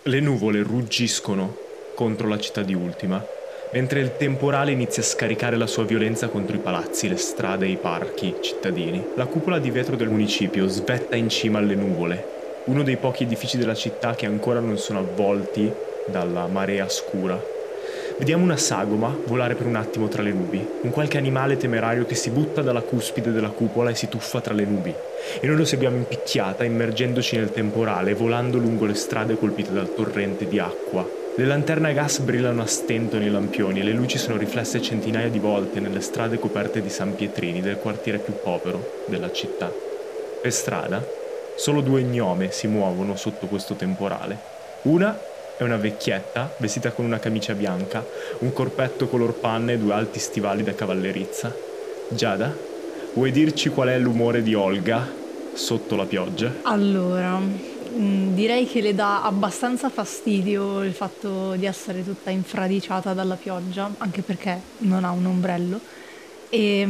Le nuvole ruggiscono contro la città di Ultima, mentre il temporale inizia a scaricare la sua violenza contro i palazzi, le strade e i parchi cittadini. La cupola di vetro del municipio svetta in cima alle nuvole, uno dei pochi edifici della città che ancora non sono avvolti dalla marea scura. Vediamo una sagoma volare per un attimo tra le nubi, un qualche animale temerario che si butta dalla cuspide della cupola e si tuffa tra le nubi. E noi lo seguiamo in picchiata, immergendoci nel temporale, volando lungo le strade colpite dal torrente di acqua. Le lanterne a gas brillano a stento nei lampioni e le luci sono riflesse centinaia di volte nelle strade coperte di sanpietrini del quartiere più povero della città. Per strada, solo due gnome si muovono sotto questo temporale. Una è una vecchietta, vestita con una camicia bianca, un corpetto color panna e due alti stivali da cavallerizza. Giada, vuoi dirci qual è l'umore di Olga sotto la pioggia? Allora, direi che le dà abbastanza fastidio il fatto di essere tutta infradiciata dalla pioggia, anche perché non ha un ombrello. E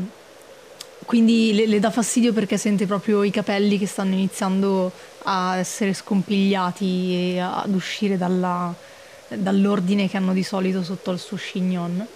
quindi le dà fastidio perché sente proprio i capelli che stanno iniziando a essere scompigliati e ad uscire dall'ordine che hanno di solito sotto al suo chignon.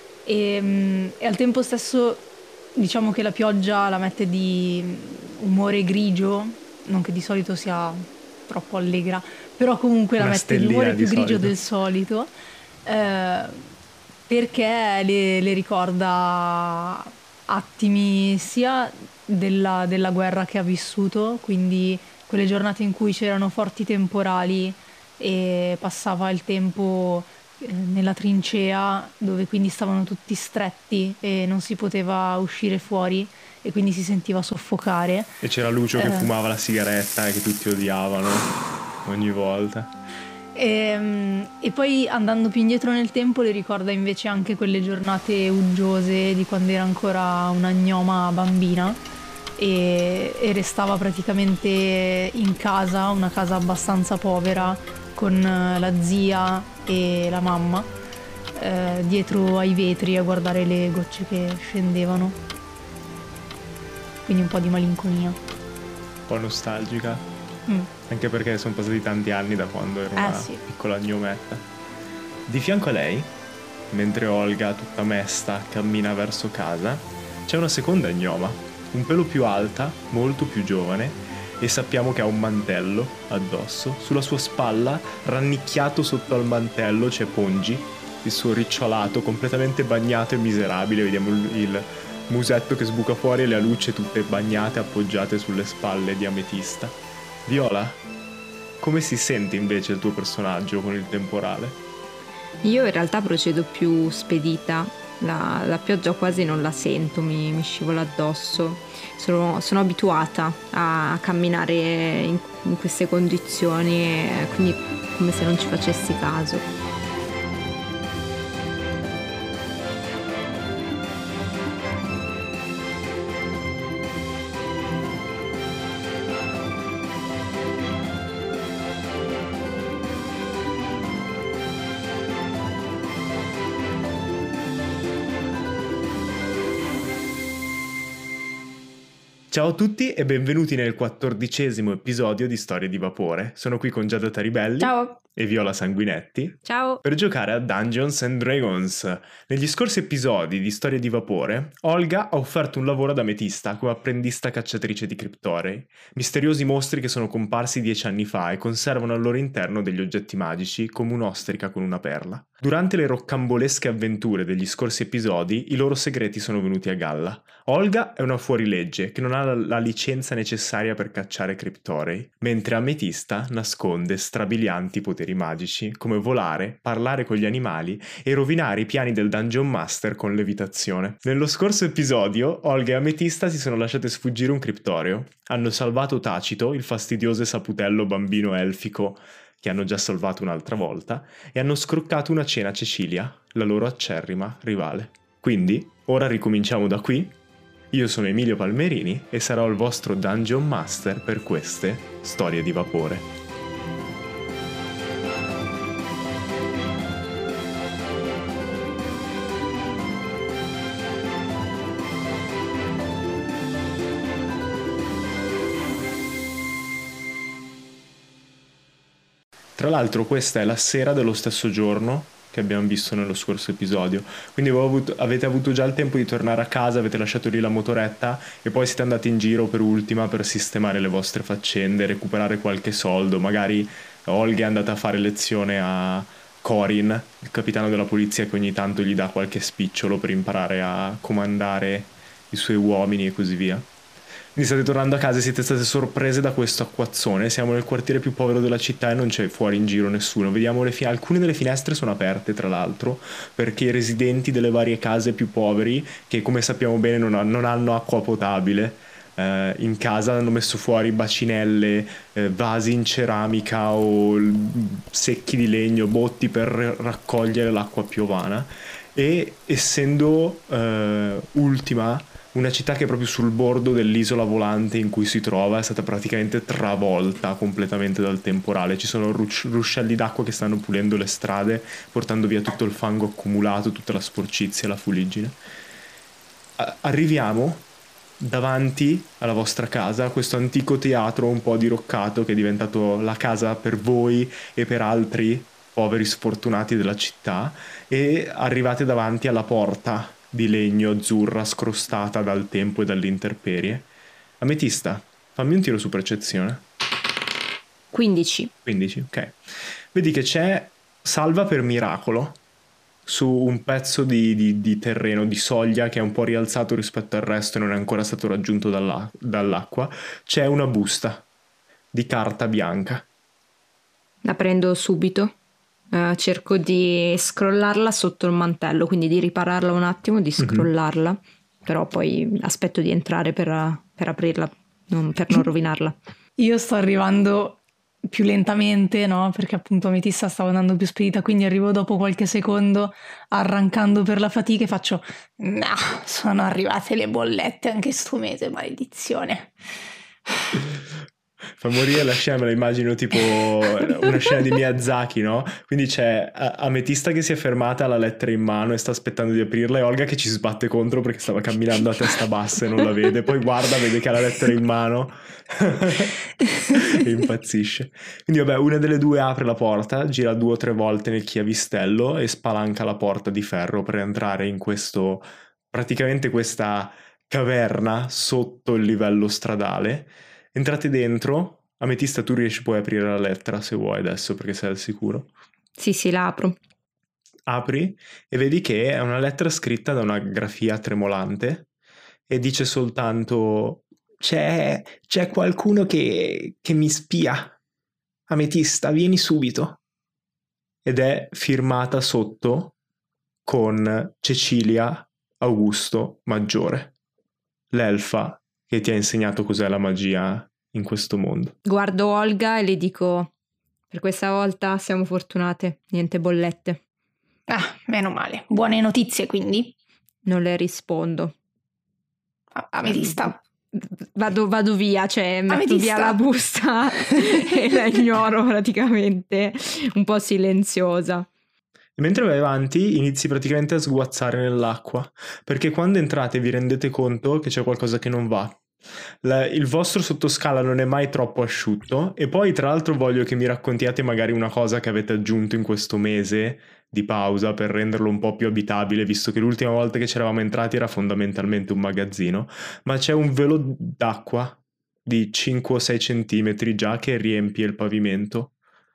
E al tempo stesso diciamo che la pioggia la mette di umore grigio, non che di solito sia troppo allegra, però comunque la Una mette di stellina umore di più grigio solito. del solito, eh, perché le ricorda attimi sia della guerra che ha vissuto, quindi quelle giornate in cui c'erano forti temporali e passava il tempo nella trincea dove quindi stavano tutti stretti e non si poteva uscire fuori e quindi si sentiva soffocare. E c'era Lucio che Eh, fumava la sigaretta e che tutti odiavano ogni volta. e poi andando più indietro nel tempo le ricorda invece anche quelle giornate uggiose di quando era ancora una gnoma bambina e restava praticamente in casa, una casa abbastanza povera, con la zia e la mamma dietro ai vetri a guardare le gocce che scendevano. Quindi un po' di malinconia. Un po' nostalgica, Mm. anche perché sono passati tanti anni da quando ero Eh una sì. piccola gnometta. Di fianco a lei, mentre Olga, tutta mesta, cammina verso casa, c'è una seconda gnoma, un pelo più alta, molto più giovane, e sappiamo che ha un mantello addosso. Sulla sua spalla, rannicchiato sotto al mantello, c'è Pongi, il suo ricciolato, completamente bagnato e miserabile. Vediamo il musetto che sbuca fuori e le alucce tutte bagnate, appoggiate sulle spalle di Ametista. Viola, come si sente invece il tuo personaggio con il temporale? Io in realtà procedo più spedita, la pioggia quasi non la sento, mi scivola addosso. Sono abituata a camminare in queste condizioni, quindi come se non ci facessi caso. Ciao a tutti e benvenuti nel 14° episodio di Storie di Vapore. Sono qui con Giada Taribelli Ciao! e Viola Sanguinetti Ciao! per giocare a Dungeons and Dragons. Negli scorsi episodi di Storie di Vapore, Olga ha offerto un lavoro ad Ametista come apprendista cacciatrice di criptorei, misteriosi mostri che sono comparsi 10 anni fa e conservano al loro interno degli oggetti magici come un'ostrica con una perla. Durante le roccambolesche avventure degli scorsi episodi, i loro segreti sono venuti a galla. Olga è una fuorilegge che non ha la licenza necessaria per cacciare criptorei, mentre Ametista nasconde strabilianti poteri magici come volare, parlare con gli animali e rovinare i piani del Dungeon Master con levitazione. Nello scorso episodio, Olga e Ametista si sono lasciate sfuggire un criptoreo. Hanno salvato Tacito, il fastidioso e saputello bambino elfico che hanno già salvato un'altra volta, e hanno scroccato una cena a Cecilia, la loro acerrima rivale. Quindi, ora ricominciamo da qui. Io sono Emilio Palmerini e sarò il vostro Dungeon Master per queste Storie di Vapore. Tra l'altro questa è la sera dello stesso giorno che abbiamo visto nello scorso episodio, quindi avete avuto già il tempo di tornare a casa, avete lasciato lì la motoretta e poi siete andati in giro per ultima per sistemare le vostre faccende, recuperare qualche soldo, magari Olga è andata a fare lezione a Corin, il capitano della polizia, che ogni tanto gli dà qualche spicciolo per imparare a comandare i suoi uomini e così via. Quindi state tornando a casa e siete state sorprese da questo acquazzone. Siamo nel quartiere più povero della città e non c'è fuori in giro nessuno. Vediamo alcune delle finestre sono aperte, tra l'altro, perché i residenti delle varie case più poveri, che come sappiamo bene non hanno acqua potabile, in casa hanno messo fuori bacinelle, vasi in ceramica o secchi di legno, botti per raccogliere l'acqua piovana. E essendo ultima, una città che è proprio sul bordo dell'isola volante in cui si trova, è stata praticamente travolta completamente dal temporale. Ci sono ruscelli d'acqua che stanno pulendo le strade, portando via tutto il fango accumulato, tutta la sporcizia, la fuliggine. Arriviamo davanti alla vostra casa, questo antico teatro un po' diroccato che è diventato la casa per voi e per altri poveri sfortunati della città, e arrivate davanti alla porta di legno azzurra scrostata dal tempo e dall'intemperie. Ametista, fammi un tiro su percezione. 15. 15, ok. Vedi che c'è, salva per miracolo, su un pezzo di terreno, di soglia che è un po' rialzato rispetto al resto e non è ancora stato raggiunto dall'acqua, c'è una busta di carta bianca. La prendo subito. Cerco di scrollarla sotto il mantello, quindi di ripararla un attimo, di scrollarla, però poi aspetto di entrare per aprirla, per non rovinarla. Io sto arrivando più lentamente, no? Perché appunto Ametista stava andando più spedita, quindi arrivo dopo qualche secondo arrancando per la fatica e faccio no, sono arrivate le bollette anche sto mese, maledizione. Fa morire la scena, me la immagino tipo una scena di Miyazaki, no? Quindi c'è Ametista che si è fermata, ha la lettera in mano e sta aspettando di aprirla, e Olga che ci sbatte contro perché stava camminando a testa bassa e non la vede, poi guarda, vede che ha la lettera in mano e impazzisce. Quindi vabbè, una delle due apre la porta, gira 2 o 3 volte nel chiavistello e spalanca la porta di ferro per entrare in questo, praticamente questa caverna sotto il livello stradale. Entrate dentro. Ametista, tu puoi aprire la lettera se vuoi adesso, perché sei al sicuro. Sì, la apro. Apri e vedi che è una lettera scritta da una grafia tremolante e dice soltanto c'è qualcuno che mi spia. Ametista, vieni subito. Ed è firmata sotto con Cecilia Augusto Maggiore, l'elfa che ti ha insegnato cos'è la magia in questo mondo. Guardo Olga e le dico: per questa volta siamo fortunate, niente bollette. Ah, meno male. Buone notizie quindi? Non le rispondo. Ametista. Vado via, cioè metto Ametista. via la busta e la ignoro praticamente, un po' silenziosa. E mentre vai avanti inizi praticamente a sguazzare nell'acqua, perché quando entrate vi rendete conto che c'è qualcosa che non va. Il vostro sottoscala non è mai troppo asciutto, e poi tra l'altro voglio che mi raccontiate magari una cosa che avete aggiunto in questo mese di pausa per renderlo un po' più abitabile, visto che l'ultima volta che c'eravamo entrati era fondamentalmente un magazzino, ma c'è un velo d'acqua di 5 o 6 centimetri già che riempie il pavimento.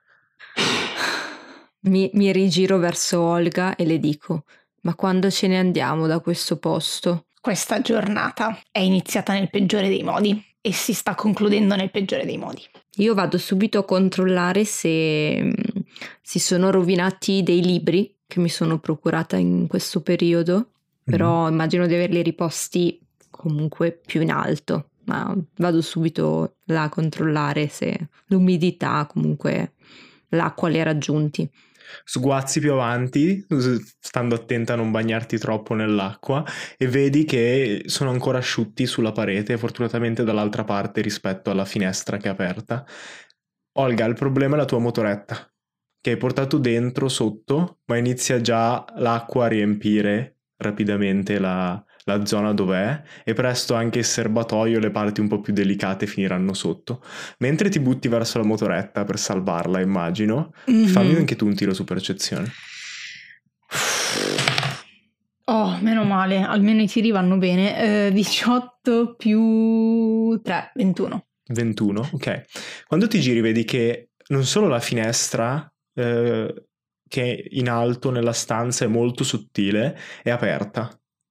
Mi rigiro verso Olga e le dico: ma quando ce ne andiamo da questo posto? Questa giornata è iniziata nel peggiore dei modi e si sta concludendo nel peggiore dei modi. Io vado subito a controllare se si sono rovinati dei libri che mi sono procurata in questo periodo, però immagino di averli riposti comunque più in alto, ma vado subito là a controllare se l'umidità, comunque l'acqua li ha raggiunti. Sguazzi più avanti, stando attenta a non bagnarti troppo nell'acqua, e vedi che sono ancora asciutti sulla parete, fortunatamente dall'altra parte rispetto alla finestra che è aperta. Olga, il problema è la tua motoretta, che hai portato dentro sotto, ma inizia già l'acqua a riempire rapidamente la la zona dov'è e presto anche il serbatoio e le parti un po' più delicate finiranno sotto. Mentre ti butti verso la motoretta per salvarla, immagino, fammi anche tu un tiro su percezione. Oh, meno male, almeno i tiri vanno bene. 18 più 3, 21. 21, ok. Quando ti giri vedi che non solo la finestra che è in alto nella stanza è molto sottile, è aperta.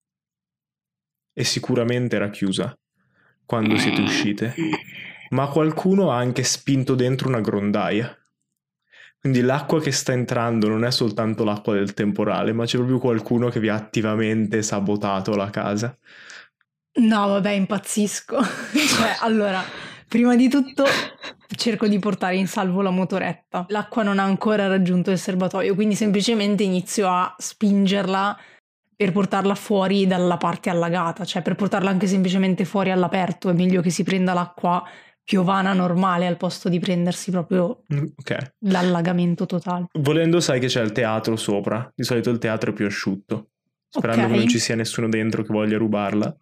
E sicuramente era chiusa quando siete uscite. Ma qualcuno ha anche spinto dentro una grondaia. Quindi l'acqua che sta entrando non è soltanto l'acqua del temporale, ma c'è proprio qualcuno che vi ha attivamente sabotato la casa. No, vabbè, impazzisco. Cioè, allora, prima di tutto cerco di portare in salvo la motoretta. L'acqua non ha ancora raggiunto il serbatoio, quindi semplicemente inizio a spingerla per portarla fuori dalla parte allagata, cioè per portarla anche semplicemente fuori all'aperto. È meglio che si prenda l'acqua piovana normale al posto di prendersi proprio l'allagamento totale. Volendo sai che c'è il teatro sopra, di solito il teatro è più asciutto, sperando che non ci sia nessuno dentro che voglia rubarla.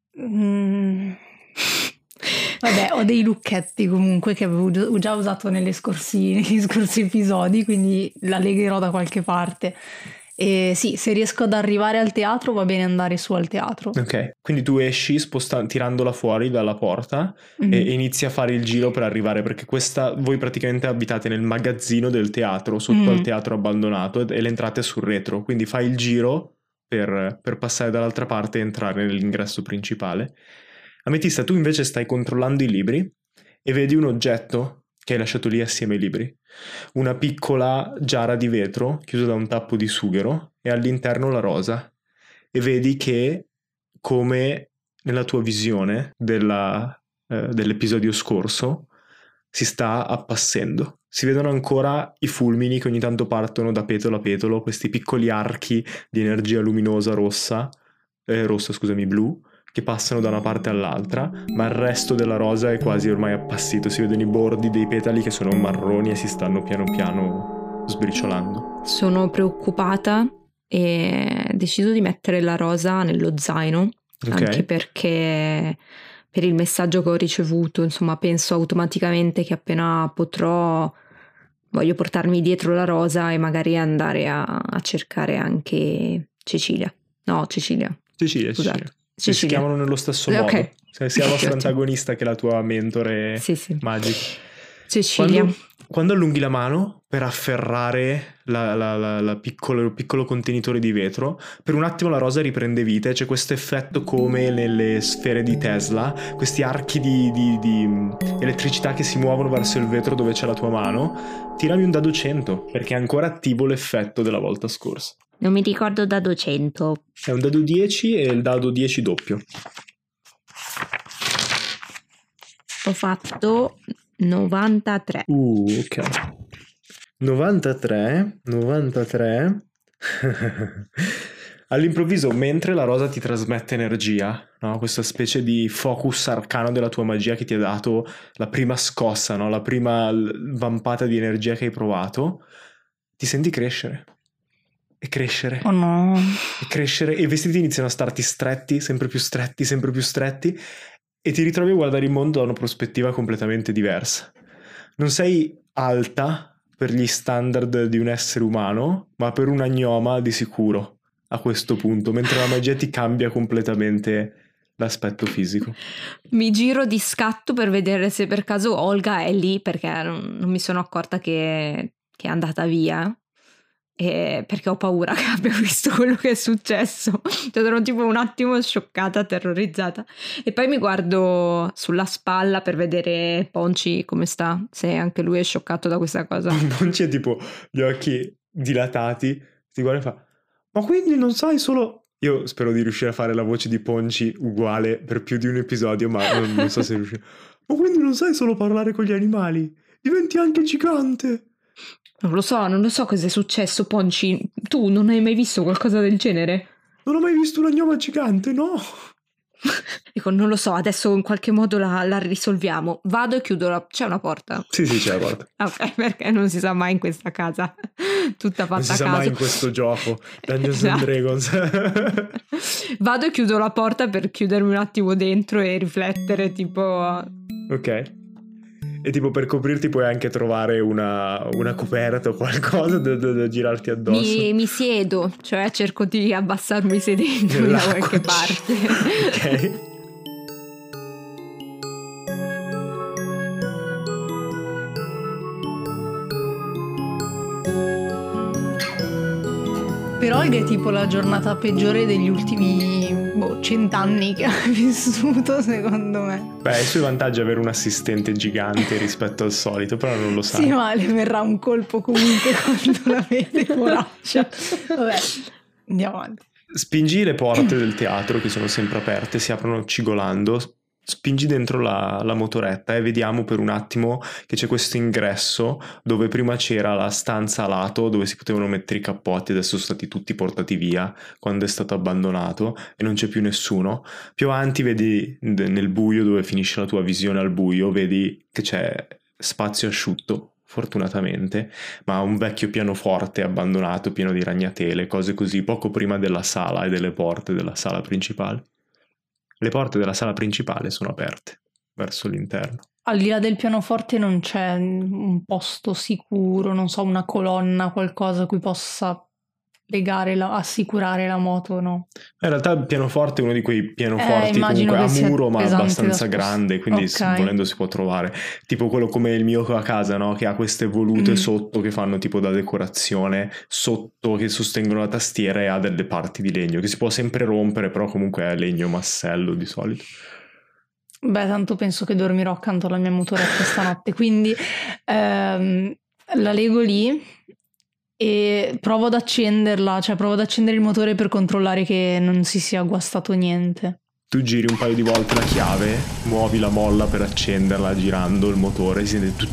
Vabbè, ho dei lucchetti comunque che avevo già usato negli scorsi episodi, quindi la legherò da qualche parte. E sì, se riesco ad arrivare al teatro va bene andare su al teatro. Ok, quindi tu esci tirandola fuori dalla porta e inizi a fare il giro per arrivare, perché voi praticamente abitate nel magazzino del teatro, sotto al teatro abbandonato, e l'entrata è sul retro, quindi fai il giro per passare dall'altra parte e entrare nell'ingresso principale. Ametista, tu invece stai controllando i libri e vedi un oggetto che hai lasciato lì assieme ai libri. Una piccola giara di vetro chiusa da un tappo di sughero e all'interno la rosa. E vedi che, come nella tua visione dell'episodio scorso, si sta appassendo. Si vedono ancora i fulmini che ogni tanto partono da petolo a petolo, questi piccoli archi di energia luminosa blu, che passano da una parte all'altra, ma il resto della rosa è quasi ormai appassito. Si vedono i bordi dei petali che sono marroni e si stanno piano piano sbriciolando. Sono preoccupata e decido di mettere la rosa nello zaino, anche perché per il messaggio che ho ricevuto, insomma, penso automaticamente che appena potrò voglio portarmi dietro la rosa e magari andare a cercare anche Cecilia. Si chiamano nello stesso modo. Sia la vostra antagonista che la tua mentore magica. Cecilia. Quando allunghi la mano per afferrare il piccolo contenitore di vetro, per un attimo la rosa riprende vita e c'è questo effetto come nelle sfere di Tesla, questi archi di elettricità che si muovono verso il vetro dove c'è la tua mano. Tirami un dado 100, perché è ancora attivo l'effetto della volta scorsa. Non mi ricordo dado 100. È un dado 10 e il dado 10 doppio. Ho fatto 93. Ok. 93. All'improvviso, mentre la rosa ti trasmette energia, no? Questa specie di focus arcano della tua magia che ti ha dato la prima scossa, no? La prima vampata di energia che hai provato, ti senti crescere. E crescere. Oh no. E crescere. E i vestiti iniziano a starti stretti, sempre più stretti. E ti ritrovi a guardare il mondo da una prospettiva completamente diversa. Non sei alta per gli standard di un essere umano, ma per un agnoma di sicuro a questo punto, mentre la magia ti cambia completamente l'aspetto fisico. Mi giro di scatto per vedere se per caso Olga è lì, perché non mi sono accorta che è andata via. Perché ho paura che abbia visto quello che è successo. Cioè, ero tipo un attimo scioccata, terrorizzata. E poi mi guardo sulla spalla per vedere Ponci come sta, se anche lui è scioccato da questa cosa. Ponci è tipo gli occhi dilatati, ti guarda e fa: ma quindi non sai solo... Io spero di riuscire a fare la voce di Ponci uguale per più di un episodio, ma non so se riuscirò. Ma quindi non sai solo parlare con gli animali? Diventi anche gigante! Non lo so cosa è successo, Ponci. Tu non hai mai visto qualcosa del genere? Non ho mai visto un agnoma gigante, no? Dico, non lo so, adesso in qualche modo la risolviamo. Vado e chiudo la... C'è una porta? Sì, c'è la porta. Ok, perché non si sa mai in questa casa. Tutta fatta a caso. Non si sa mai in questo gioco. Dungeons and Dragons. Vado e chiudo la porta per chiudermi un attimo dentro e riflettere, tipo... Ok. E tipo per coprirti puoi anche trovare una coperta o qualcosa da girarti addosso. Mi siedo, cioè cerco di abbassarmi sedendomi da qualche parte. Ok. Per Olga è tipo la giornata peggiore degli ultimi 100 anni che ha vissuto, secondo me. Beh, il suo vantaggio è avere un assistente gigante rispetto al solito, però non lo sai. Sì, ma le verrà un colpo comunque quando la vede, poraccia. Vabbè, andiamo avanti. Spingi le porte del teatro, che sono sempre aperte, si aprono cigolando. Spingi dentro la motoretta e vediamo per un attimo che c'è questo ingresso dove prima c'era la stanza a lato dove si potevano mettere i cappotti, adesso sono stati tutti portati via quando è stato abbandonato e non c'è più nessuno. Più avanti vedi nel buio, dove finisce la tua visione al buio, vedi che c'è spazio asciutto, fortunatamente, ma un vecchio pianoforte abbandonato pieno di ragnatele, cose così, poco prima della sala e delle porte della sala principale. Le porte della sala principale sono aperte verso l'interno. Al di là del pianoforte non c'è un posto sicuro, non so, una colonna, qualcosa a cui possa legare, assicurare la moto, no? In realtà il pianoforte è uno di quei pianoforti comunque a muro ma abbastanza grande, quindi volendo si può trovare. Tipo quello come il mio a casa, no? Che ha queste volute sotto che fanno tipo da decorazione, sotto che sostengono la tastiera e ha delle parti di legno che si può sempre rompere, però comunque è legno massello di solito. Beh, tanto penso che dormirò accanto alla mia motoretta stanotte, quindi la lego lì e provo ad accenderla, cioè provo ad accendere il motore per controllare che non si sia guastato niente. Tu giri un paio di volte la chiave, muovi la molla per accenderla girando il motore, si sente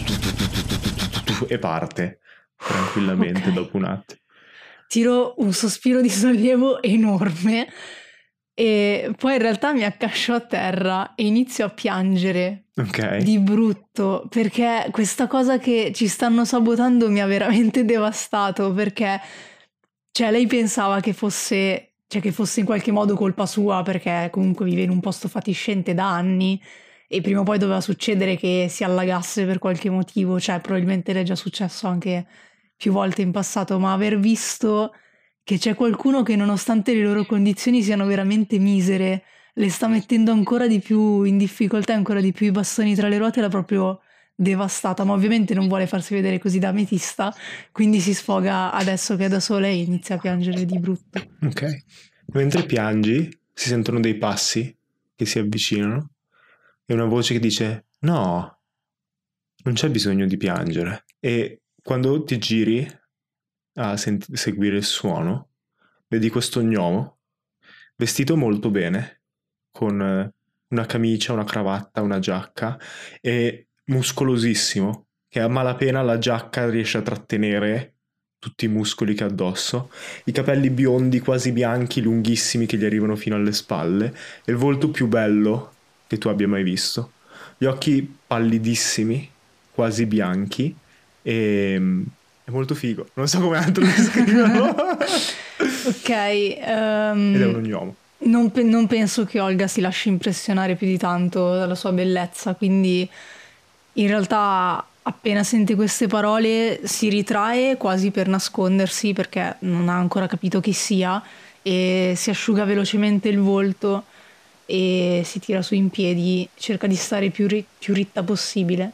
e parte tranquillamente dopo un attimo. Tiro un sospiro di sollievo enorme e poi in realtà mi accascio a terra e inizio a piangere di brutto, perché questa cosa che ci stanno sabotando mi ha veramente devastato, perché cioè lei pensava che fosse in qualche modo colpa sua, perché comunque vive in un posto fatiscente da anni e prima o poi doveva succedere che si allagasse per qualche motivo, cioè probabilmente le è già successo anche più volte in passato, ma aver visto che c'è qualcuno che nonostante le loro condizioni siano veramente misere, le sta mettendo ancora di più in difficoltà, ancora di più i bastoni tra le ruote, l'ha proprio devastata, ma ovviamente non vuole farsi vedere così da ametista, quindi si sfoga adesso che è da sola e inizia a piangere di brutto. Ok, mentre piangi si sentono dei passi che si avvicinano e una voce che dice no, non c'è bisogno di piangere. E quando ti giri a seguire il suono, vedi questo gnomo vestito molto bene, con una camicia, una cravatta, una giacca e muscolosissimo, che a malapena la giacca riesce a trattenere tutti i muscoli che ha addosso, i capelli biondi quasi bianchi, lunghissimi che gli arrivano fino alle spalle e il volto più bello che tu abbia mai visto, gli occhi pallidissimi, quasi bianchi e è molto figo, non so come altro descriverlo. Ok, ed è uno gnomo. Non penso che Olga si lasci impressionare più di tanto dalla sua bellezza, quindi in realtà appena sente queste parole si ritrae quasi per nascondersi perché non ha ancora capito chi sia e si asciuga velocemente il volto e si tira su in piedi, cerca di stare più ritta possibile.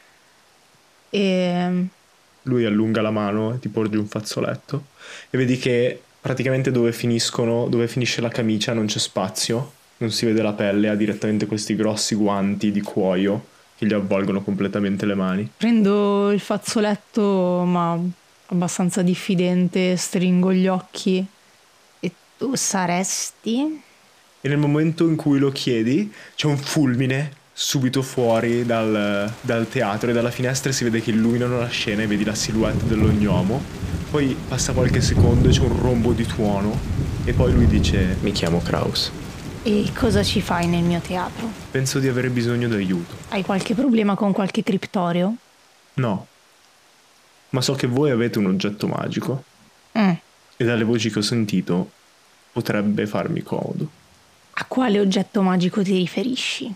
Lui allunga la mano e ti porge un fazzoletto e vedi che praticamente dove finisce la camicia non c'è spazio, non si vede la pelle, ha direttamente questi grossi guanti di cuoio che gli avvolgono completamente le mani. Prendo il fazzoletto ma abbastanza diffidente, stringo gli occhi. E tu saresti? E nel momento in cui lo chiedi c'è un fulmine subito fuori dal teatro e dalla finestra si vede che illuminano la scena e vedi la silhouette dello gnomo. Poi passa qualche secondo e c'è un rombo di tuono e poi lui dice: mi chiamo Kraus. E cosa ci fai nel mio teatro? Penso di avere bisogno d'aiuto. Hai qualche problema con qualche criptorio? No, ma so che voi avete un oggetto magico Mm. e dalle voci che ho sentito potrebbe farmi comodo. A quale oggetto magico ti riferisci?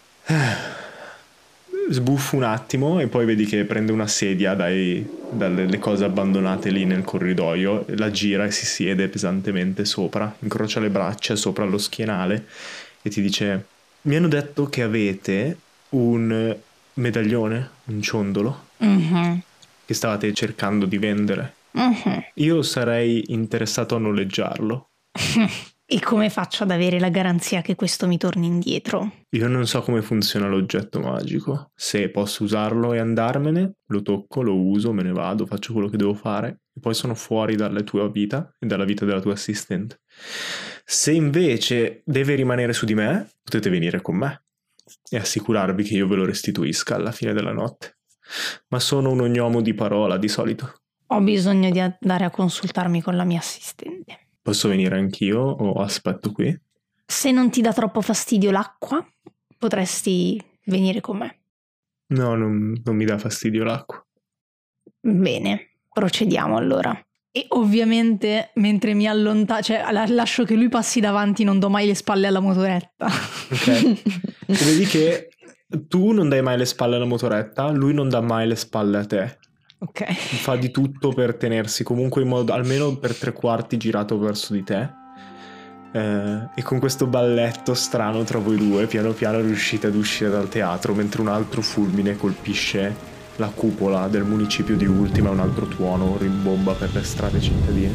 Sbuffo un attimo e poi vedi che prende una sedia dalle cose abbandonate lì nel corridoio, la gira e si siede pesantemente sopra, incrocia le braccia sopra lo schienale e ti dice: mi hanno detto che avete un medaglione, un ciondolo, Mhm. che stavate cercando di vendere. Mhm. Io sarei interessato a noleggiarlo. E come faccio ad avere la garanzia che questo mi torni indietro? Io non so come funziona l'oggetto magico. Se posso usarlo e andarmene, lo tocco, lo uso, me ne vado, faccio quello che devo fare e poi sono fuori dalla tua vita e dalla vita della tua assistente. Se invece deve rimanere su di me, potete venire con me e assicurarvi che io ve lo restituisca alla fine della notte. Ma sono un ognomo di parola di solito. Ho bisogno di andare a consultarmi con la mia assistente. Posso venire anch'io o aspetto qui? Se non ti dà troppo fastidio l'acqua, potresti venire con me. No, non mi dà fastidio l'acqua. Bene, procediamo allora. E ovviamente mentre mi allontano, cioè lascio che lui passi davanti, non do mai le spalle alla motoretta. Ok. E vedi che tu non dai mai le spalle alla motoretta, lui non dà mai le spalle a te. Ok. Fa di tutto per tenersi comunque in modo almeno per 3/4 girato verso di te. E con questo balletto strano tra voi due, piano piano riuscite ad uscire dal teatro mentre un altro fulmine colpisce la cupola del municipio di Ultima e un altro tuono rimbomba per le strade cittadine.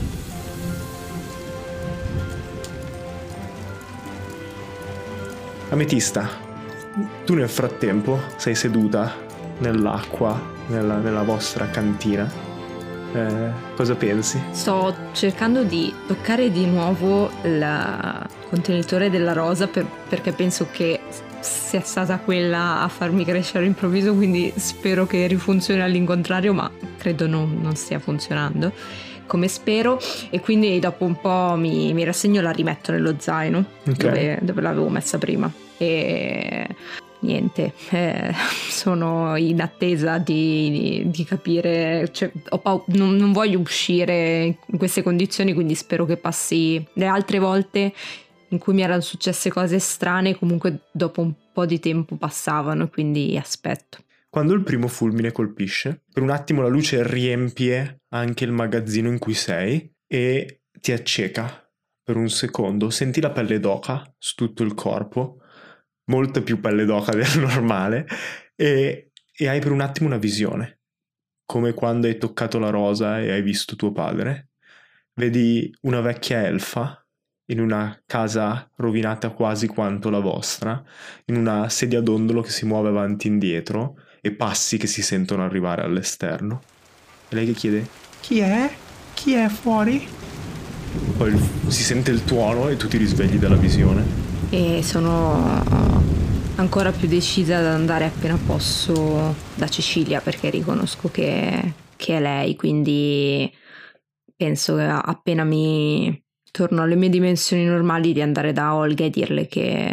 Ametista, tu nel frattempo sei seduta nell'acqua, nella vostra cantina. Cosa pensi? Sto cercando di toccare di nuovo il contenitore della rosa perché penso che sia stata quella a farmi crescere all'improvviso, quindi spero che rifunzioni all'incontrario, ma credo non stia funzionando come spero, e quindi dopo un po' mi rassegno e la rimetto nello zaino, Ok. dove l'avevo messa prima. E niente, sono in attesa di capire, cioè, non voglio uscire in queste condizioni, quindi spero che passi. Le altre volte in cui mi erano successe cose strane, comunque dopo un po' di tempo passavano, quindi aspetto. Quando il primo fulmine colpisce, per un attimo la luce riempie anche il magazzino in cui sei e ti acceca per un secondo. Senti la pelle d'oca su tutto il corpo, molta più pelle d'oca del normale, e hai per un attimo una visione, come quando hai toccato la rosa e hai visto tuo padre. Vedi una vecchia elfa in una casa rovinata quasi quanto la vostra, in una sedia dondolo che si muove avanti e indietro, e passi che si sentono arrivare all'esterno. E lei che chiede: chi è? Chi è fuori? Poi si sente il tuono e tu ti risvegli dalla visione. E sono ancora più decisa ad andare appena posso da Cecilia, perché riconosco che è lei, quindi penso che appena mi torno alle mie dimensioni normali di andare da Olga e dirle che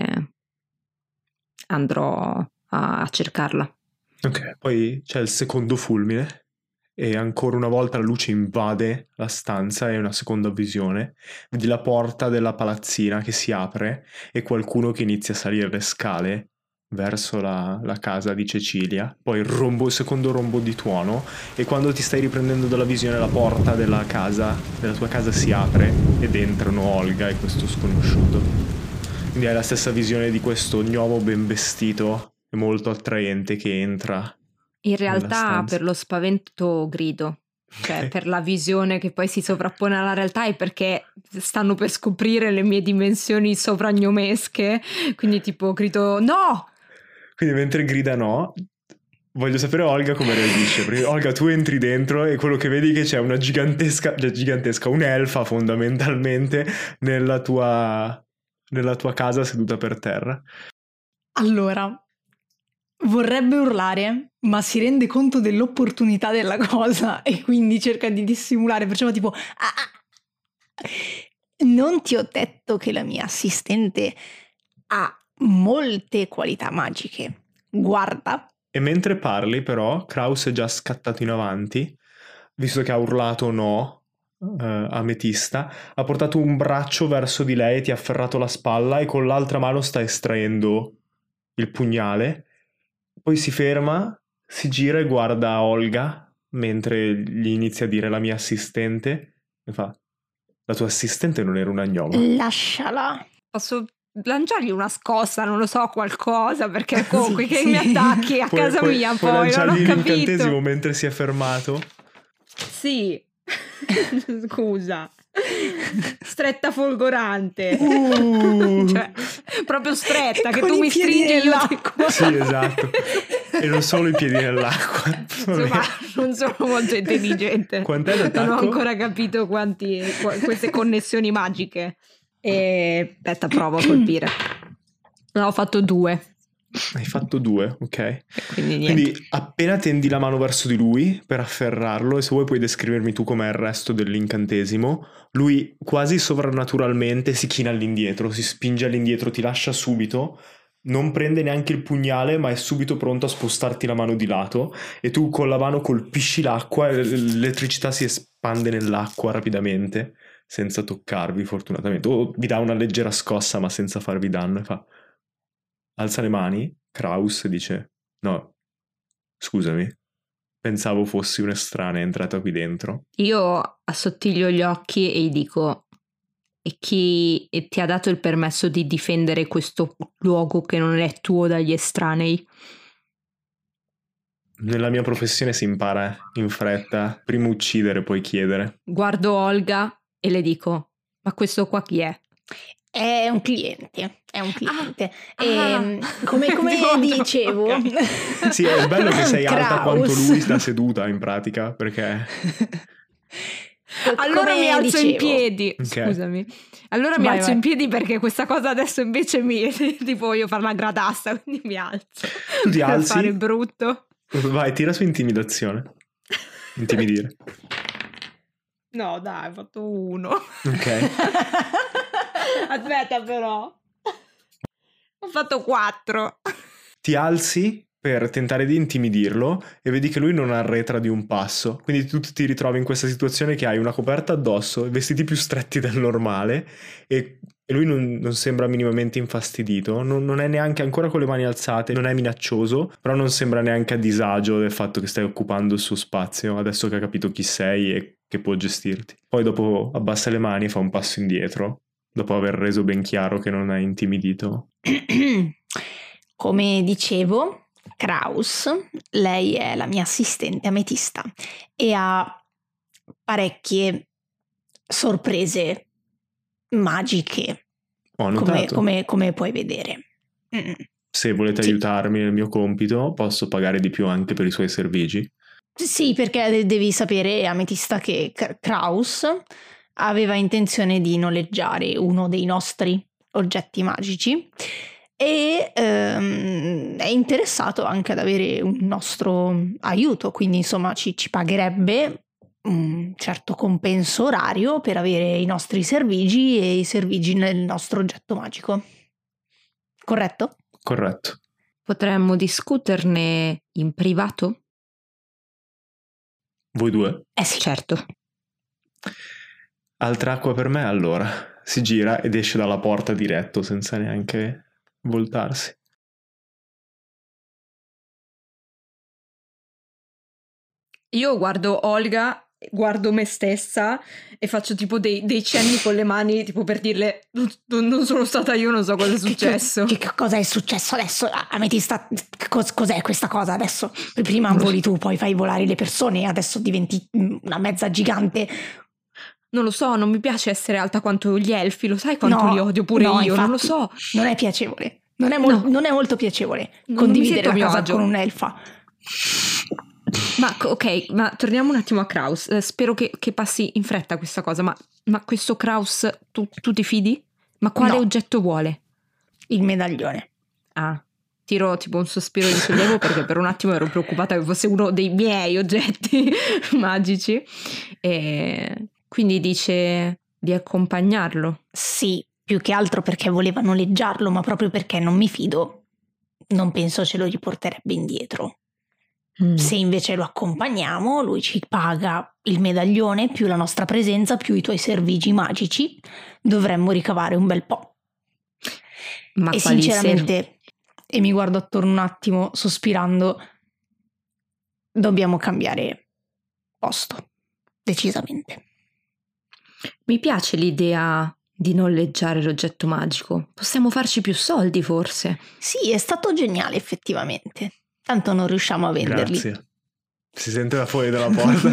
andrò a cercarla. Ok, poi c'è il secondo fulmine e ancora una volta la luce invade la stanza e una seconda visione. Vedi la porta della palazzina che si apre e qualcuno che inizia a salire le scale verso la casa di Cecilia. Poi il secondo rombo di tuono, e quando ti stai riprendendo dalla visione la porta della tua casa si apre ed entrano Olga e questo sconosciuto. Quindi hai la stessa visione di questo gnomo ben vestito e molto attraente che entra. In realtà stanza. per lo spavento grido, cioè Ok. per la visione che poi si sovrappone alla realtà, è perché stanno per scoprire le mie dimensioni sovragnomesche, quindi tipo grido no! Quindi mentre grida no, voglio sapere Olga come reagisce, perché Olga, tu entri dentro e quello che vedi è che c'è una gigantesca, un'elfa fondamentalmente nella tua casa seduta per terra. Allora, vorrebbe urlare, ma si rende conto dell'opportunità della cosa e quindi cerca di dissimulare, perciò tipo non ti ho detto che la mia assistente ha molte qualità magiche. Guarda. E mentre parli, però, Kraus è già scattato in avanti, visto che ha urlato no, Ametista, ha portato un braccio verso di lei, ti ha afferrato la spalla e con l'altra mano sta estraendo il pugnale. Poi si ferma, si gira e guarda Olga, mentre gli inizia a dire la mia assistente, e fa: la tua assistente non era una gnoma? Lasciala. Posso lanciargli una scossa, non lo so, qualcosa, perché comunque Sì, che sì. mi attacchi a casa mia puoi poi, non ho lanciargli capito. l'incantesimo mentre si è fermato? Sì. Scusa. Stretta folgorante. Cioè, proprio stretta, che Con tu i mi piedi stringi io ti nell'acqua. Sì, esatto. E non solo i piedi nell'acqua. Insomma, non sono molto intelligente. Quant'è l'attacco? Non ho ancora capito queste connessioni magiche. E aspetta, provo a colpire. No, ho fatto 2. Hai fatto 2, ok. Quindi niente. Quindi appena tendi la mano verso di lui per afferrarlo, e se vuoi puoi descrivermi tu com'è il resto dell'incantesimo, lui quasi sovrannaturalmente si china all'indietro, si spinge all'indietro, ti lascia subito, non prende neanche il pugnale ma è subito pronto a spostarti la mano di lato e tu con la mano colpisci l'acqua e l'elettricità si espande nell'acqua rapidamente senza toccarvi fortunatamente, o vi dà una leggera scossa ma senza farvi danno e fa: alza le mani, Kraus, e dice: no, scusami, pensavo fossi un'estranea entrata qui dentro. Io assottiglio gli occhi e gli dico: e chi ti ha dato il permesso di difendere questo luogo che non è tuo dagli estranei? Nella mia professione si impara in fretta, prima uccidere poi chiedere. Guardo Olga e le dico: ma questo qua chi è? È un cliente. Come No, dicevo, ok. Sì, è bello che sei alta Kraus. quanto lui sta seduta in pratica, perché Allora Come mi alzo in dicevo. piedi. Ok. Scusami. Allora mi Vai, alzo vai. in piedi perché questa cosa adesso invece mi tipo voglio fare una gradassa, quindi mi alzo. Tu ti per alzi? fare brutto. vai, tira su intimidazione. Intimidire. No, dai, ho fatto 1. Ok. Aspetta però. Ho fatto 4. Ti alzi per tentare di intimidirlo e vedi che lui non arretra di un passo. Quindi tu ti ritrovi in questa situazione che hai una coperta addosso, vestiti più stretti del normale e lui non sembra minimamente infastidito, non è neanche ancora con le mani alzate, non è minaccioso, però non sembra neanche a disagio del fatto che stai occupando il suo spazio, adesso che ha capito chi sei e che può gestirti. Poi dopo abbassa le mani e fa un passo indietro, dopo aver reso ben chiaro che non è intimidito. Come dicevo, Kraus, lei è la mia assistente Ametista e ha parecchie sorprese magiche, Ho notato. come puoi vedere. Se volete Sì. aiutarmi nel mio compito, posso pagare di più anche per i suoi servigi. Sì, perché devi sapere, Ametista, che Kraus aveva intenzione di noleggiare uno dei nostri oggetti magici e è interessato anche ad avere un nostro aiuto, quindi insomma ci pagherebbe un certo compenso orario per avere i nostri servigi e i servigi nel nostro oggetto magico. Corretto? Corretto. Potremmo discuterne in privato? Voi due? Sì. Certo. Altra acqua per me, allora. Si gira ed esce dalla porta diretto senza neanche voltarsi. Io guardo Olga, guardo me stessa e faccio tipo dei cenni con le mani tipo per dirle non sono stata io, non so cosa è successo. Che cosa è successo adesso? Ametista, cos'è questa cosa adesso? Prima voli tu, poi fai volare le persone e adesso diventi una mezza gigante. Non lo so, non mi piace essere alta quanto gli elfi, lo sai quanto No, li odio pure no, io, non lo infatti, so. Non è piacevole. Non è molto piacevole Non condividere mi sento la a mio casa agio. con un'elfa. Ma ok, ma torniamo un attimo a Kraus. Spero che passi in fretta questa cosa, ma questo Kraus tu ti fidi? Ma quale No. oggetto vuole? Il medaglione. Ah, tiro tipo un sospiro di sollievo perché per un attimo ero preoccupata che fosse uno dei miei oggetti magici. E quindi dice di accompagnarlo. Sì, più che altro perché voleva noleggiarlo, ma proprio perché non mi fido, non penso ce lo riporterebbe indietro. Se invece lo accompagniamo, lui ci paga il medaglione più la nostra presenza più i tuoi servigi magici, dovremmo ricavare un bel po'. Ma e sinceramente, e mi guardo attorno un attimo sospirando, dobbiamo cambiare posto, decisamente. Mi piace l'idea di noleggiare l'oggetto magico. Possiamo farci più soldi, forse. Sì, è stato geniale effettivamente. Tanto non riusciamo a venderli. Grazie. Si sente da fuori dalla porta.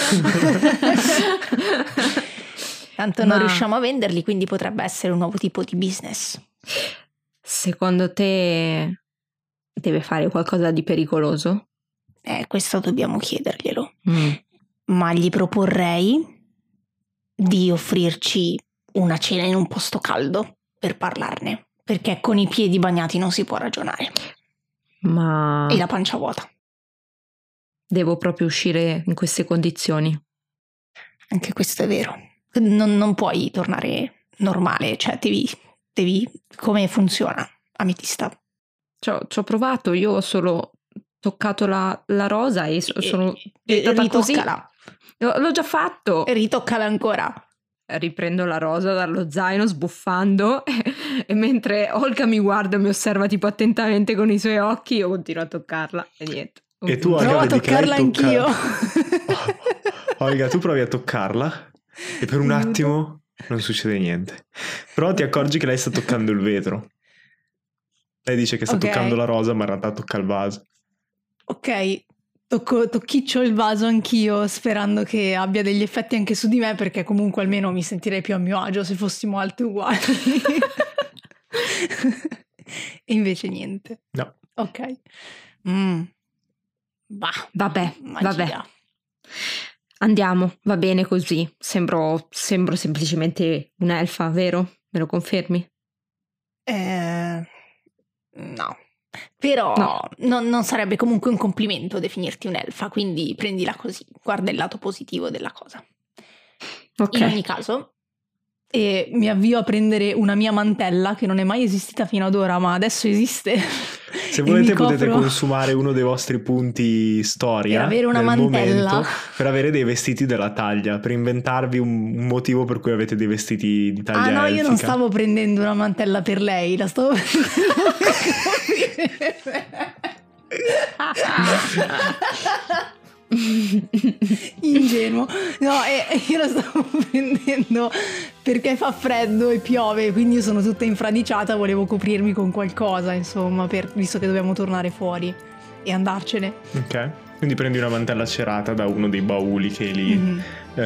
Tanto non riusciamo a venderli, quindi potrebbe essere un nuovo tipo di business. Secondo te deve fare qualcosa di pericoloso? Questo dobbiamo chiederglielo. Ma gli proporrei di offrirci una cena in un posto caldo per parlarne, perché con i piedi bagnati non si può ragionare. Ma E la pancia vuota. Devo proprio uscire in queste condizioni. Anche questo è vero. Non puoi tornare normale, cioè devi come funziona, ametista? Ci ho provato, io ho solo toccato la rosa e sono diventata così. Ritoccala. L'ho già fatto. Ritoccala ancora. Riprendo la rosa dallo zaino sbuffando e mentre Olga mi guarda e mi osserva tipo attentamente con i suoi occhi, io continuo a toccarla e niente. E tu, Olga, provo a vedi che lei toccarla anch'io. Olga, tu provi a toccarla e per un attimo non succede niente. Però ti accorgi che lei sta toccando il vetro. Lei dice che sta toccando la rosa, ma in realtà tocca il vaso. Ok, tocchiccio il vaso anch'io, sperando che abbia degli effetti anche su di me, perché comunque almeno mi sentirei più a mio agio se fossimo alte uguali. E invece niente. No. Ok. Vabbè. Magia. Andiamo, va bene così. Sembro semplicemente un'elfa, vero? Me lo confermi? No. Però non sarebbe comunque un complimento definirti un'elfa, quindi prendila così, guarda il lato positivo della cosa. Ok. In ogni caso, mi avvio a prendere una mia mantella che non è mai esistita fino ad ora, ma adesso esiste. Se volete potete consumare uno dei vostri punti storia per avere una nel mantella, momento, per avere dei vestiti della taglia, per inventarvi un motivo per cui avete dei vestiti di taglia elfica. Io non stavo prendendo una mantella per lei, la stavo ingenuo. Io lo stavo prendendo perché fa freddo e piove, quindi io sono tutta infradiciata, volevo coprirmi con qualcosa, insomma, visto che dobbiamo tornare fuori e andarcene. Ok, quindi prendi una mantella cerata da uno dei bauli che è lì.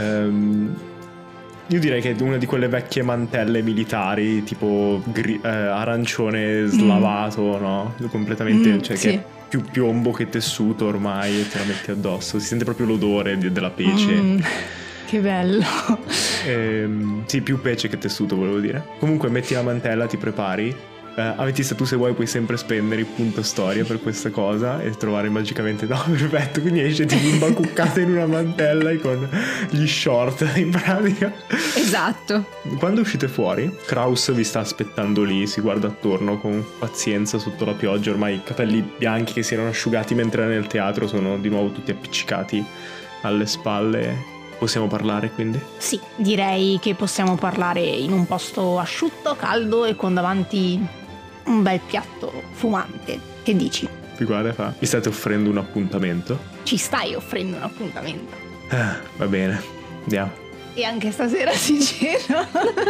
Io direi che è una di quelle vecchie mantelle militari tipo arancione slavato, no? Completamente, cioè sì. che è più piombo che tessuto ormai, e te la metti addosso, si sente proprio l'odore della pece. Che bello. Sì, più pece che tessuto, volevo dire. Comunque metti la mantella, ti prepari. Ametista, tu se vuoi puoi sempre spendere il punto storia per questa cosa e trovare magicamente... No, perfetto, quindi esce tipo imbacuccata in una mantella con gli short in pratica. Esatto. Quando uscite fuori, Kraus vi sta aspettando lì, si guarda attorno con pazienza sotto la pioggia, ormai i capelli bianchi che si erano asciugati mentre era nel teatro sono di nuovo tutti appiccicati alle spalle. Possiamo parlare quindi? Sì, direi che possiamo parlare in un posto asciutto, caldo e con davanti un bel piatto fumante. Che dici? Vi guarda e fa: mi state offrendo un appuntamento? Ci stai offrendo un appuntamento. Va bene, andiamo. E anche stasera si cena.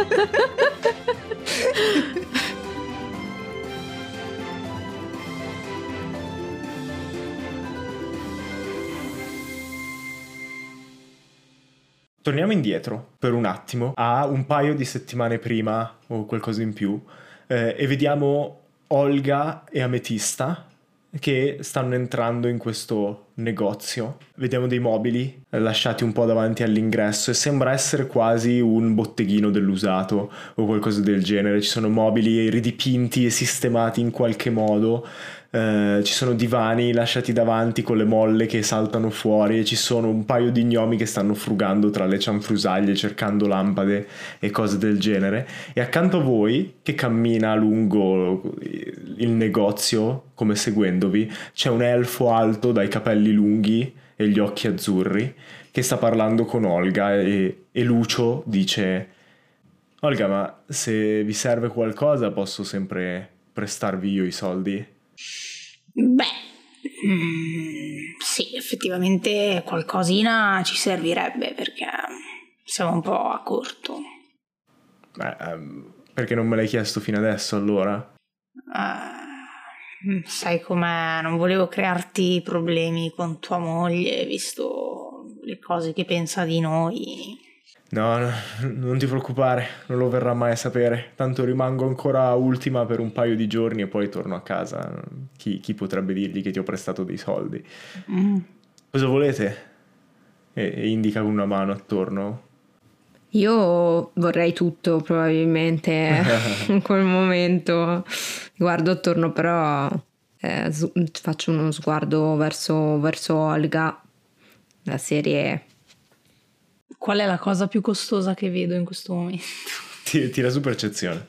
Torniamo indietro per un attimo a un paio di settimane prima o qualcosa in più e vediamo Olga e Ametista che stanno entrando in questo negozio. Vediamo dei mobili lasciati un po' davanti all'ingresso e sembra essere quasi un botteghino dell'usato o qualcosa del genere. Ci sono mobili ridipinti e sistemati in qualche modo. Ci sono divani lasciati davanti con le molle che saltano fuori e ci sono un paio di gnomi che stanno frugando tra le cianfrusaglie cercando lampade e cose del genere, e accanto a voi, che cammina lungo il negozio come seguendovi, c'è un elfo alto dai capelli lunghi e gli occhi azzurri che sta parlando con Olga, e Lucio dice: Olga, ma se vi serve qualcosa posso sempre prestarvi io i soldi. Beh, sì, effettivamente qualcosina ci servirebbe perché siamo un po' a corto. Perché non me l'hai chiesto fino adesso allora? Sai com'è, non volevo crearti problemi con tua moglie, visto le cose che pensa di noi. No, non ti preoccupare, non lo verrà mai a sapere. Tanto rimango ancora ultima per un paio di giorni e poi torno a casa. Chi potrebbe dirgli che ti ho prestato dei soldi? Cosa volete? E indica con una mano attorno. Io vorrei tutto probabilmente in quel momento. Guardo attorno, però faccio uno sguardo verso Olga, la serie. Qual è la cosa più costosa che vedo in questo momento? Tira su percezione.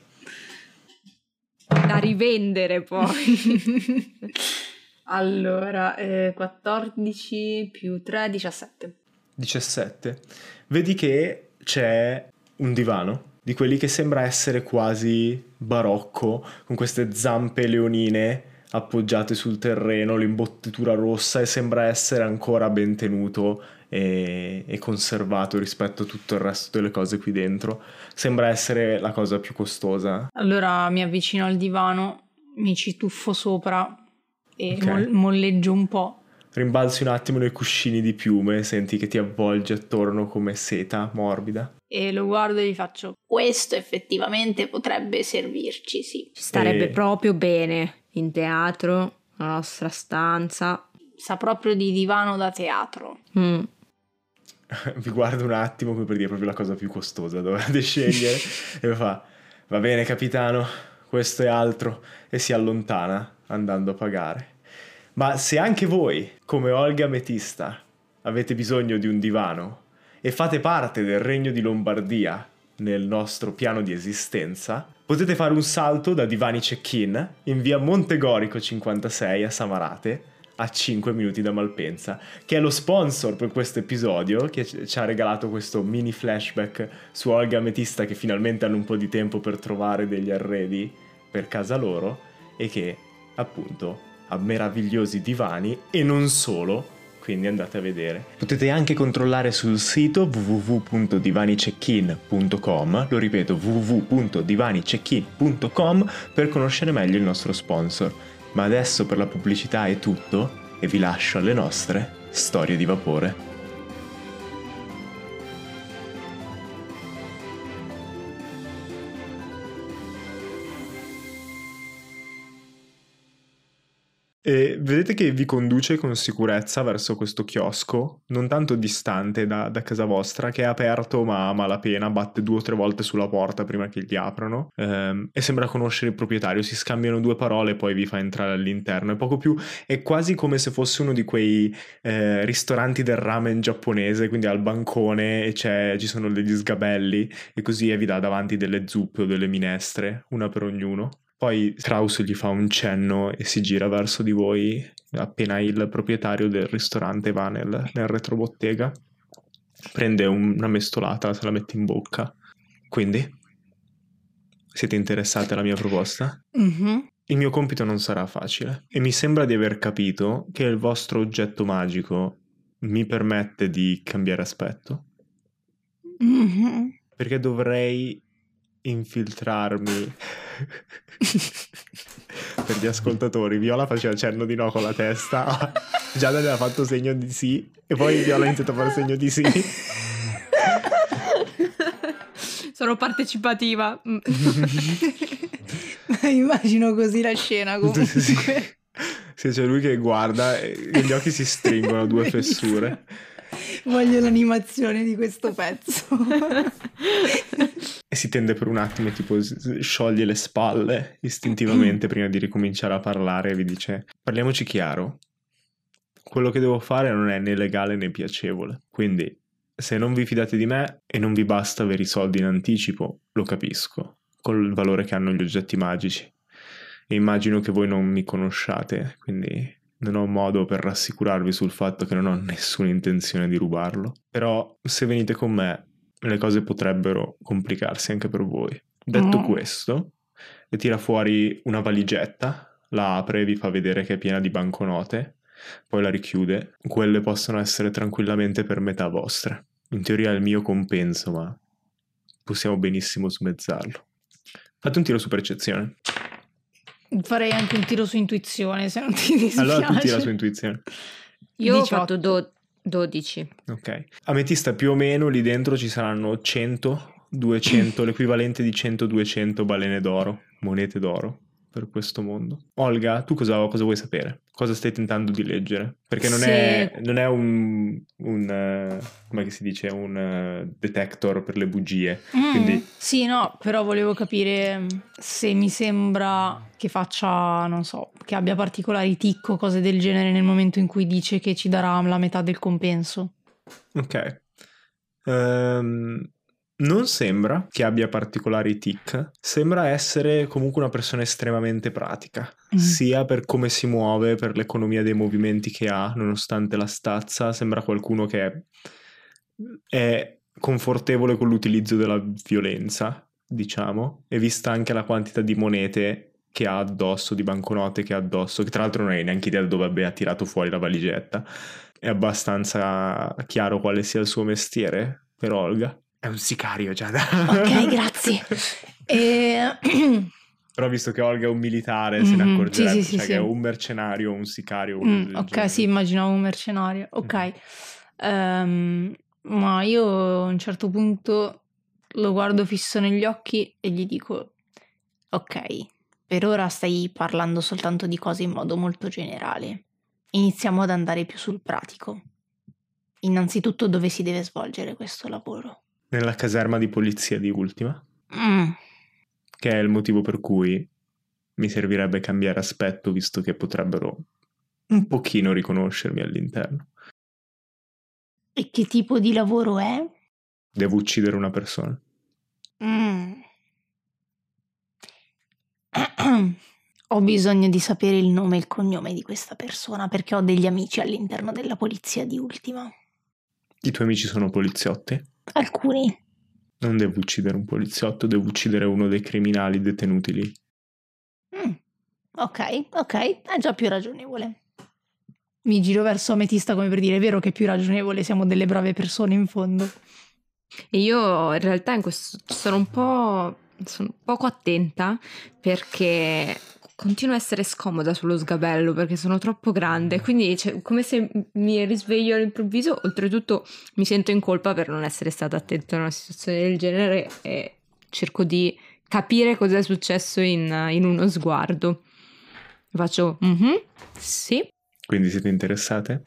Da rivendere poi. Allora, 14 più 3, 17. 17. Vedi che c'è un divano di quelli che sembra essere quasi barocco, con queste zampe leonine appoggiate sul terreno, l'imbottitura rossa, e sembra essere ancora ben tenuto e conservato rispetto a tutto il resto delle cose qui dentro. Sembra essere la cosa più costosa. Allora mi avvicino al divano, mi ci tuffo sopra e Ok. molleggio un po'. Rimbalzi un attimo nei cuscini di piume, senti che ti avvolge attorno come seta morbida. E lo guardo e gli faccio: Questo effettivamente potrebbe servirci, sì. Ci starebbe E- proprio bene in teatro, la nostra stanza. Sa proprio di divano da teatro. Vi guardo un attimo come per dire proprio la cosa più costosa dovete scegliere e mi fa: va bene capitano, questo è altro, e si allontana andando a pagare. Ma se anche voi, come Olga Ametista, avete bisogno di un divano e fate parte del Regno di Lombardia nel nostro piano di esistenza, potete fare un salto da Divani Check-in in via Montegorico 56 a Samarate, a 5 minuti da Malpensa, che è lo sponsor per questo episodio, che ci ha regalato questo mini flashback su Olga Ametista, che finalmente hanno un po' di tempo per trovare degli arredi per casa loro, e che appunto ha meravigliosi divani e non solo, quindi andate a vedere. Potete anche controllare sul sito www.divanicheckin.com, lo ripeto, www.divanicheckin.com, per conoscere meglio il nostro sponsor. Ma adesso per la pubblicità è tutto e vi lascio alle nostre storie di vapore. E vedete che vi conduce con sicurezza verso questo chiosco, non tanto distante da casa vostra, che è aperto ma a malapena, batte 2 o 3 volte sulla porta prima che gli aprano, e sembra conoscere il proprietario. Si scambiano 2 parole e poi vi fa entrare all'interno. È poco più, è quasi come se fosse uno di quei ristoranti del ramen giapponese, quindi al bancone e ci sono degli sgabelli e così, e vi dà davanti delle zuppe o delle minestre, una per ognuno. Poi Kraus gli fa un cenno e si gira verso di voi appena il proprietario del ristorante va nel retrobottega. Prende una mestolata, se la mette in bocca. Quindi? Siete interessati alla mia proposta? Il mio compito non sarà facile e mi sembra di aver capito che il vostro oggetto magico mi permette di cambiare aspetto. Perché dovrei infiltrarmi. Per gli ascoltatori, Viola faceva cenno di no con la testa, Giada aveva fatto segno di sì e poi Viola ha iniziato a fare segno di sì. Sono partecipativa. Immagino così la scena comunque. Sì, c'è lui che guarda e gli occhi si stringono a due fessure. Voglio l'animazione di questo pezzo. E si tende per un attimo e tipo scioglie le spalle istintivamente prima di ricominciare a parlare e vi dice: parliamoci chiaro, quello che devo fare non è né legale né piacevole, quindi se non vi fidate di me e non vi basta avere i soldi in anticipo, lo capisco, col valore che hanno gli oggetti magici, e immagino che voi non mi conosciate, quindi non ho modo per rassicurarvi sul fatto che non ho nessuna intenzione di rubarlo. Però se venite con me le cose potrebbero complicarsi anche per voi. Detto questo, e tira fuori una valigetta, la apre e vi fa vedere che è piena di banconote, poi la richiude. Quelle possono essere tranquillamente per metà vostre. In teoria è il mio compenso, ma possiamo benissimo smezzarlo. Fate un tiro su percezione. Farei anche un tiro su intuizione, se non ti dispiace. Allora tu tira su intuizione. Io 18. ho fatto 12. Ok. Ametista, più o meno lì dentro ci saranno 100, 200, l'equivalente di 100-200 balene d'oro, monete d'oro per questo mondo. Olga, tu cosa vuoi sapere? Cosa stai tentando di leggere? Perché non è un come si dice, un detector per le bugie. Quindi Sì, no, però volevo capire se mi sembra che faccia, non so, che abbia particolari tic o cose del genere nel momento in cui dice che ci darà la metà del compenso. ok. Non sembra che abbia particolari tic, sembra essere comunque una persona estremamente pratica, sia per come si muove, per l'economia dei movimenti che ha, nonostante la stazza. Sembra qualcuno che è confortevole con l'utilizzo della violenza, diciamo, e vista anche la quantità di monete che ha addosso, di banconote che ha addosso, che tra l'altro non hai neanche idea da dove abbia tirato fuori la valigetta, è abbastanza chiaro quale sia il suo mestiere per Olga. È un sicario, Giada. Ok, grazie. Però visto che Olga è un militare, se ne accorgerebbe, sì, che è un mercenario, un sicario. Ok, sì, immaginavo un mercenario. Ok. Ma io a un certo punto lo guardo fisso negli occhi e gli dico: ok, per ora stai parlando soltanto di cose in modo molto generale. Iniziamo ad andare più sul pratico. Innanzitutto, dove si deve svolgere questo lavoro? Nella caserma di polizia di Ultima, che è il motivo per cui mi servirebbe cambiare aspetto, visto che potrebbero un pochino riconoscermi all'interno. E che tipo di lavoro è? Devo uccidere una persona. Ho bisogno di sapere il nome e il cognome di questa persona, perché ho degli amici all'interno della polizia di Ultima. I tuoi amici sono poliziotti? Alcuni. Non devo uccidere un poliziotto, devo uccidere uno dei criminali detenuti lì. Ok, è già più ragionevole. Mi giro verso Ametista come per dire: è vero che è più ragionevole, siamo delle brave persone in fondo. E io in realtà in questo sono un poco attenta, perché continuo a essere scomoda sullo sgabello perché sono troppo grande, quindi come se mi risveglio all'improvviso. Oltretutto mi sento in colpa per non essere stata attenta a una situazione del genere e cerco di capire cosa è successo in uno sguardo. Faccio sì. Quindi siete interessate?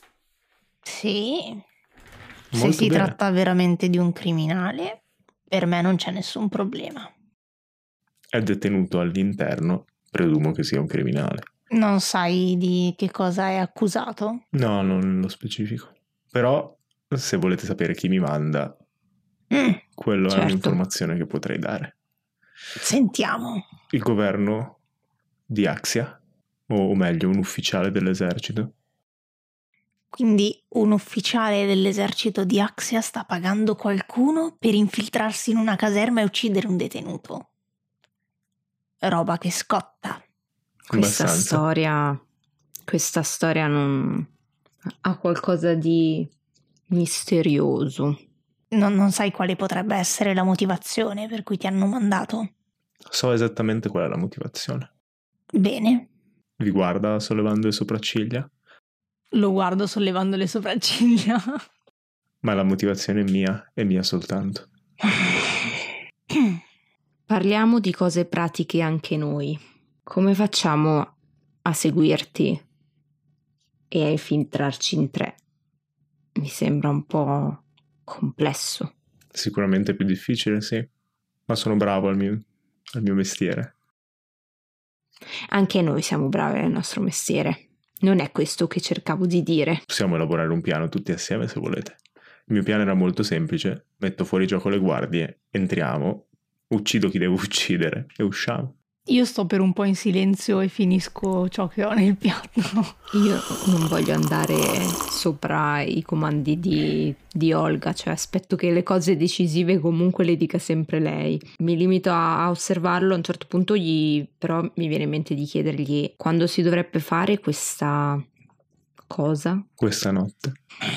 Sì. Molto Se si bene. tratta veramente di un criminale, per me non c'è nessun problema. È detenuto all'interno, presumo che sia un criminale. Non sai di che cosa è accusato? No, non nello specifico. Però, se volete sapere chi mi manda, quello è certo. un'informazione che potrei dare. Sentiamo. Il governo di Axia, o meglio, un ufficiale dell'esercito. Quindi un ufficiale dell'esercito di Axia sta pagando qualcuno per infiltrarsi in una caserma e uccidere un detenuto. Roba che scotta. Questa Abbastanza. storia non ha qualcosa di misterioso. Non sai quale potrebbe essere la motivazione per cui ti hanno mandato? So esattamente qual è la motivazione. Bene. Vi guarda sollevando le sopracciglia, Lo guardo sollevando le sopracciglia. ma la motivazione è mia soltanto. Parliamo di cose pratiche anche noi. Come facciamo a seguirti e a infiltrarci in 3 mi sembra un po' complesso. Sicuramente più difficile, sì, ma sono bravo al mio mestiere. Anche noi siamo bravi nel nostro mestiere. Non è questo che cercavo di dire. Possiamo elaborare un piano tutti assieme se volete. Il mio piano era molto semplice: metto fuori gioco le guardie, entriamo, uccido chi devo uccidere e usciamo. Io sto per un po' in silenzio e finisco ciò che ho nel piatto. Io non voglio andare sopra i comandi di Olga, cioè aspetto che le cose decisive comunque le dica sempre lei. Mi limito a osservarlo, a un certo punto però mi viene in mente di chiedergli quando si dovrebbe fare questa cosa. Questa notte.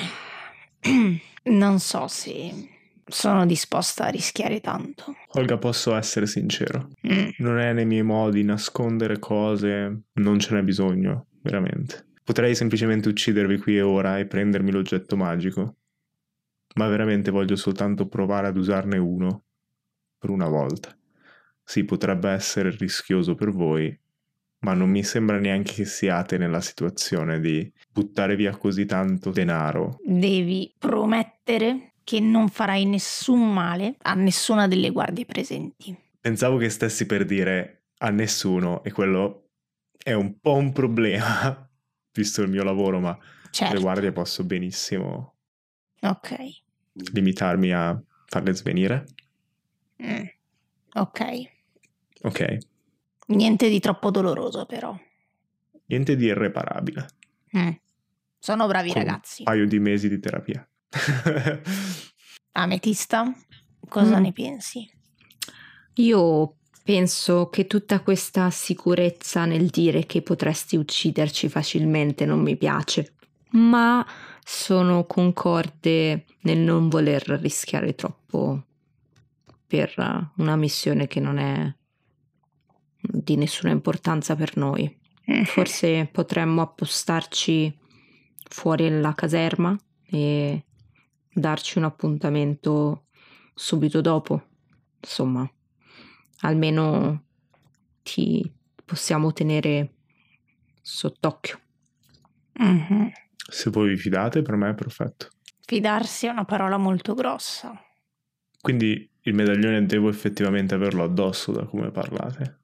Non so se sono disposta a rischiare tanto. Olga, posso essere sincero. Non è nei miei modi nascondere cose, non ce n'è bisogno, veramente. Potrei semplicemente uccidervi qui e ora e prendermi l'oggetto magico, ma veramente voglio soltanto provare ad usarne uno, per una volta. Sì, potrebbe essere rischioso per voi, ma non mi sembra neanche che siate nella situazione di buttare via così tanto denaro. Devi promettere che non farai nessun male a nessuna delle guardie presenti. Pensavo che stessi per dire a nessuno, e quello è un po' un problema, visto il mio lavoro, ma Certo. le guardie posso benissimo Ok. limitarmi a farle svenire. Ok. Ok, Niente di troppo doloroso, però. niente di irreparabile. Sono bravi Con ragazzi. un paio di mesi di terapia. Ametista, cosa ne pensi? Io penso che tutta questa sicurezza nel dire che potresti ucciderci facilmente non mi piace, ma sono concorde nel non voler rischiare troppo per una missione che non è di nessuna importanza per noi. Forse potremmo appostarci fuori dalla caserma e darci un appuntamento subito dopo. Insomma, almeno ti possiamo tenere sott'occhio. Se voi vi fidate, per me è perfetto. Fidarsi è una parola molto grossa. Quindi il medaglione devo effettivamente averlo addosso da come parlate.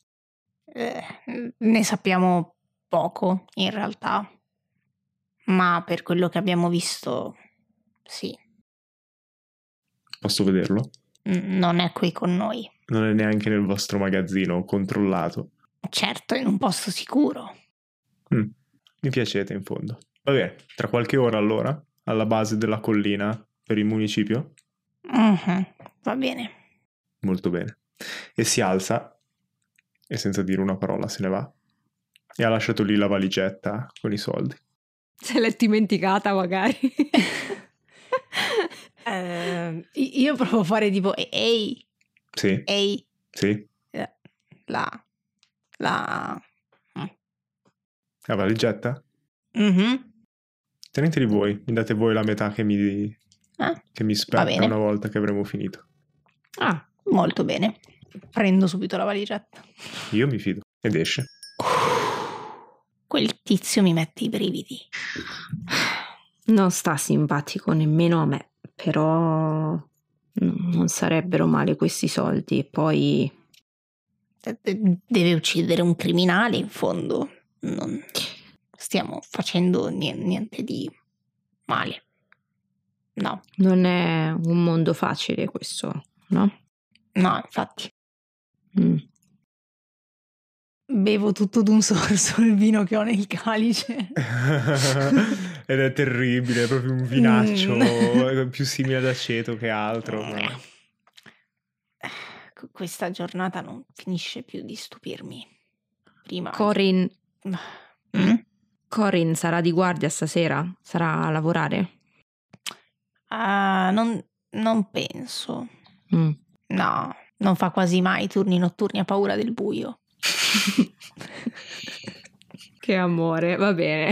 Ne sappiamo poco, in realtà. Ma per quello che abbiamo visto, sì. Posso vederlo? Non è qui con noi. Non è neanche nel vostro magazzino controllato. Certo, in un posto sicuro. Mi piacete in fondo. Va bene, tra qualche ora allora, alla base della collina per il municipio? Va bene. Molto bene. E si alza e senza dire una parola se ne va. E ha lasciato lì la valigetta con i soldi. Se l'è dimenticata magari. Io provo a fare tipo ehi, Sì, ehi, sì. la La valigetta? Mhm. Teneteli voi, mi date voi la metà che mi Va spetta bene. una volta che avremo finito. Ah, molto bene. Prendo subito la valigetta. Io mi fido. Ed esce. Quel tizio mi mette i brividi. Non sta simpatico nemmeno a me, però non sarebbero male questi soldi. E poi Deve uccidere un criminale, in fondo. Non stiamo facendo niente di male. No, non è un mondo facile questo, no? no, infatti. Bevo tutto d'un sorso il vino che ho nel calice. Ed è terribile, è proprio un vinaccio più simile ad aceto che altro. Ma... Questa giornata non finisce più di stupirmi. Prima Corin Mm? Corin sarà di guardia stasera? Sarà a lavorare? Non penso. No, non fa quasi mai turni notturni, ha paura del buio. Che amore, va bene.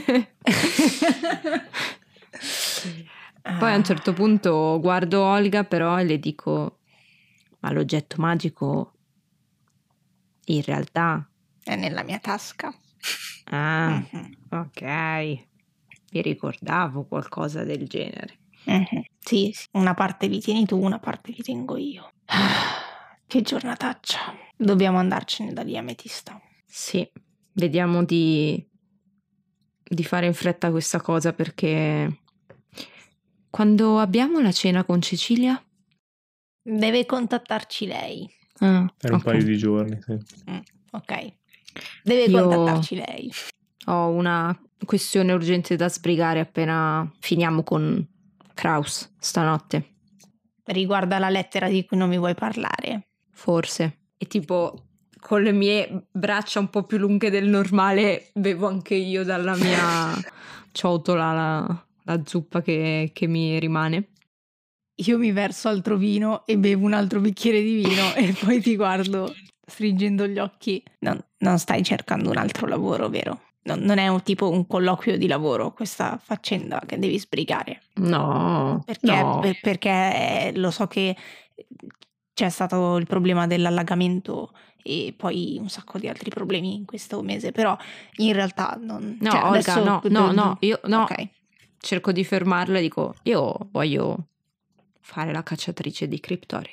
Poi a un certo punto guardo Olga però e le dico: ma l'oggetto magico in realtà È nella mia tasca. Ah, ok. Mi ricordavo qualcosa del genere. Sì, una parte li tieni tu, una parte li tengo io. Che giornataccia. Dobbiamo andarcene da lì, Ametista. Sì, vediamo di fare in fretta questa cosa, perché quando abbiamo la cena con Cecilia? Deve contattarci lei. Per un ok. paio di giorni, sì. Ok. Deve Io- contattarci lei. Ho una questione urgente da sbrigare appena finiamo con Kraus stanotte, Riguarda la lettera di cui non mi vuoi parlare. forse. E tipo, con le mie braccia un po' più lunghe del normale, bevo anche io dalla mia ciotola la zuppa che mi rimane. Io mi verso altro vino e bevo un altro bicchiere di vino e poi ti guardo stringendo gli occhi. Non stai cercando un altro lavoro, vero? Non è tipo un colloquio di lavoro questa faccenda che devi sbrigare. No, Perché, no. perché lo so che c'è stato il problema dell'allagamento e poi un sacco di altri problemi in questo mese, però in realtà non... No, cioè, Olga, adesso... no, io no. Ok. Cerco di fermarla e dico, io voglio fare la cacciatrice di criptori.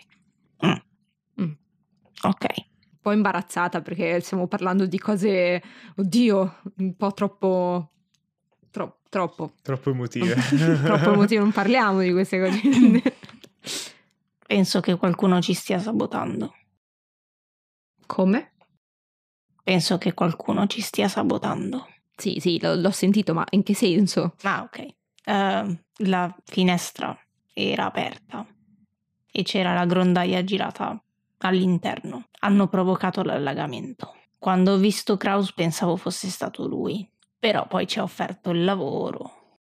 Ok. Un po' imbarazzata perché stiamo parlando di cose, oddio, un po' troppo Troppo emotive. troppo emotive, non parliamo di queste cose. Penso che qualcuno ci stia sabotando. Come? Penso che qualcuno ci stia sabotando. Sì, l'ho sentito, ma in che senso? Ah, ok. La finestra era aperta e c'era la grondaia girata all'interno. Hanno provocato l'allagamento. Quando ho visto Kraus pensavo fosse stato lui, però poi ci ha offerto il lavoro.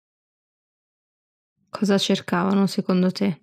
Cosa cercavano secondo te?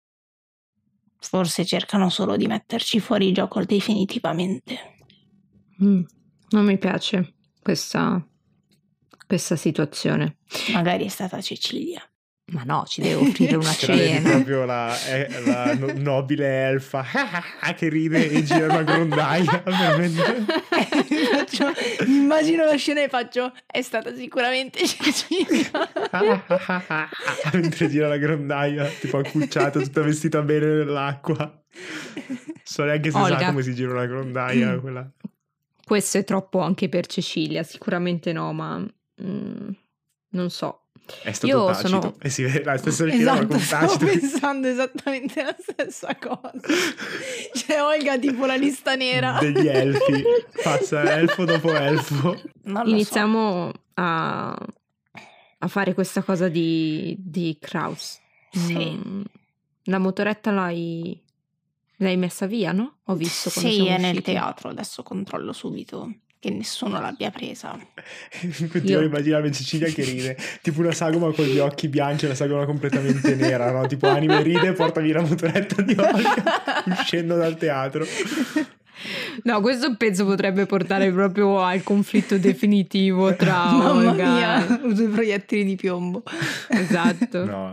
Forse cercano solo di metterci fuori gioco definitivamente. Non mi piace questa situazione. Magari è stata Cecilia. Ma no, ci deve offrire una C'era lì cena. proprio la nobile elfa che ride e gira una grondaia. Veramente. Mi immagino la scena e faccio, è stata sicuramente Cecilia. Mentre gira la grondaia, tipo accucciata, tutta vestita bene nell'acqua. So neanche se Olga. sa come si gira una grondaia. Quella. Questo è troppo anche per Cecilia, sicuramente no, ma non so. È stato Io Tacito. sono... E si vede la stessa scena Esatto, con stavo Tacito. pensando esattamente la stessa cosa. C'è Olga tipo la lista nera. Degli elfi. Passa elfo dopo elfo. Non lo Iniziamo a fare questa cosa di Kraus. Sì. La motoretta l'hai messa via, no? Ho visto quando Sì, siamo è nel usciti. teatro, adesso controllo subito che nessuno l'abbia presa. Continuo a immaginare Cecilia che ride, tipo una sagoma con gli occhi bianchi e una sagoma completamente nera, no? Tipo anime ride e porta via la motoretta di Olga uscendo dal teatro. No, questo penso potrebbe portare proprio al conflitto definitivo tra Mamma Olga mia, due proiettili di piombo. Esatto. No.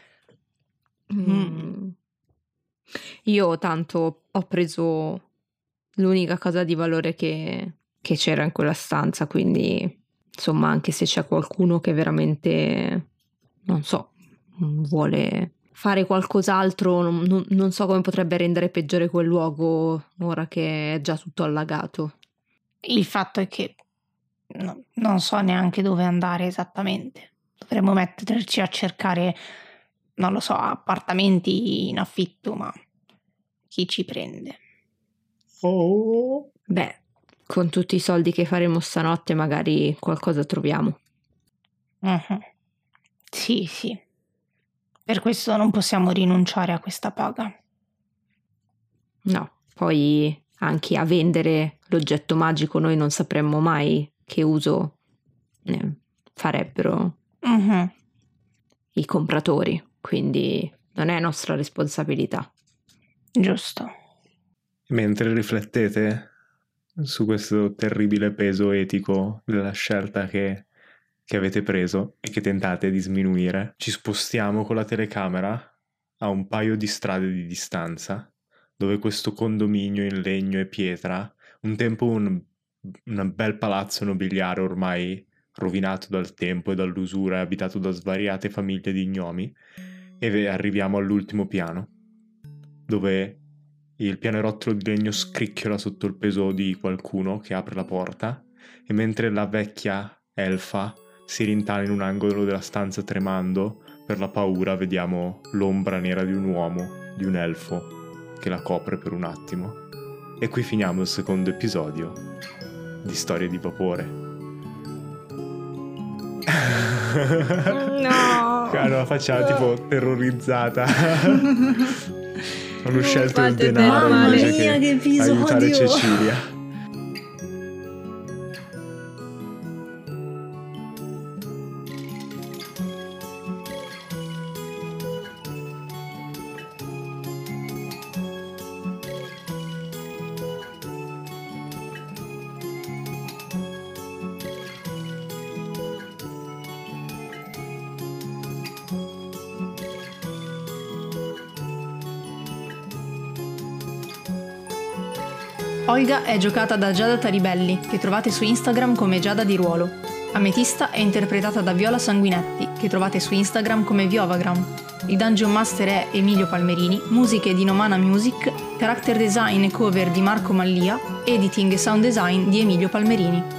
Io tanto ho preso l'unica cosa di valore che c'era in quella stanza, quindi insomma, anche se c'è qualcuno che veramente, non so, vuole fare qualcos'altro, non so come potrebbe rendere peggiore quel luogo ora che è già tutto allagato. Il fatto è che non so neanche dove andare esattamente. Dovremmo metterci a cercare, non lo so, appartamenti in affitto, ma chi ci prende? Oh. Beh, con tutti i soldi che faremo stanotte magari qualcosa troviamo. Sì, sì. Per questo non possiamo rinunciare a questa paga. No, poi anche a vendere l'oggetto magico noi non sapremmo mai che uso farebbero i compratori, quindi non è nostra responsabilità. Giusto. Mentre riflettete su questo terribile peso etico della scelta che avete preso e che tentate di sminuire, ci spostiamo con la telecamera a un paio di strade di distanza, dove questo condominio in legno e pietra, un tempo un un bel palazzo nobiliare ormai rovinato dal tempo e dall'usura e abitato da svariate famiglie di gnomi, e arriviamo all'ultimo piano, dove il pianerottolo di legno scricchiola sotto il peso di qualcuno che apre la porta, e mentre la vecchia elfa si rintana in un angolo della stanza tremando per la paura, vediamo l'ombra nera di un uomo, di un elfo, che la copre per un attimo. E qui finiamo il secondo episodio di Storie di Vapore. No! La faccia tipo terrorizzata. Hanno scelto il fate denaro del male. invece Mamma mia, che episodio! aiutare Cecilia. Olga è giocata da Giada Taribelli, che trovate su Instagram come Giada di Ruolo. Ametista è interpretata da Viola Sanguinetti, che trovate su Instagram come Viovagram. Il Dungeon Master è Emilio Palmerini, musiche di Nomana Music, character design e cover di Marco Mallia, editing e sound design di Emilio Palmerini.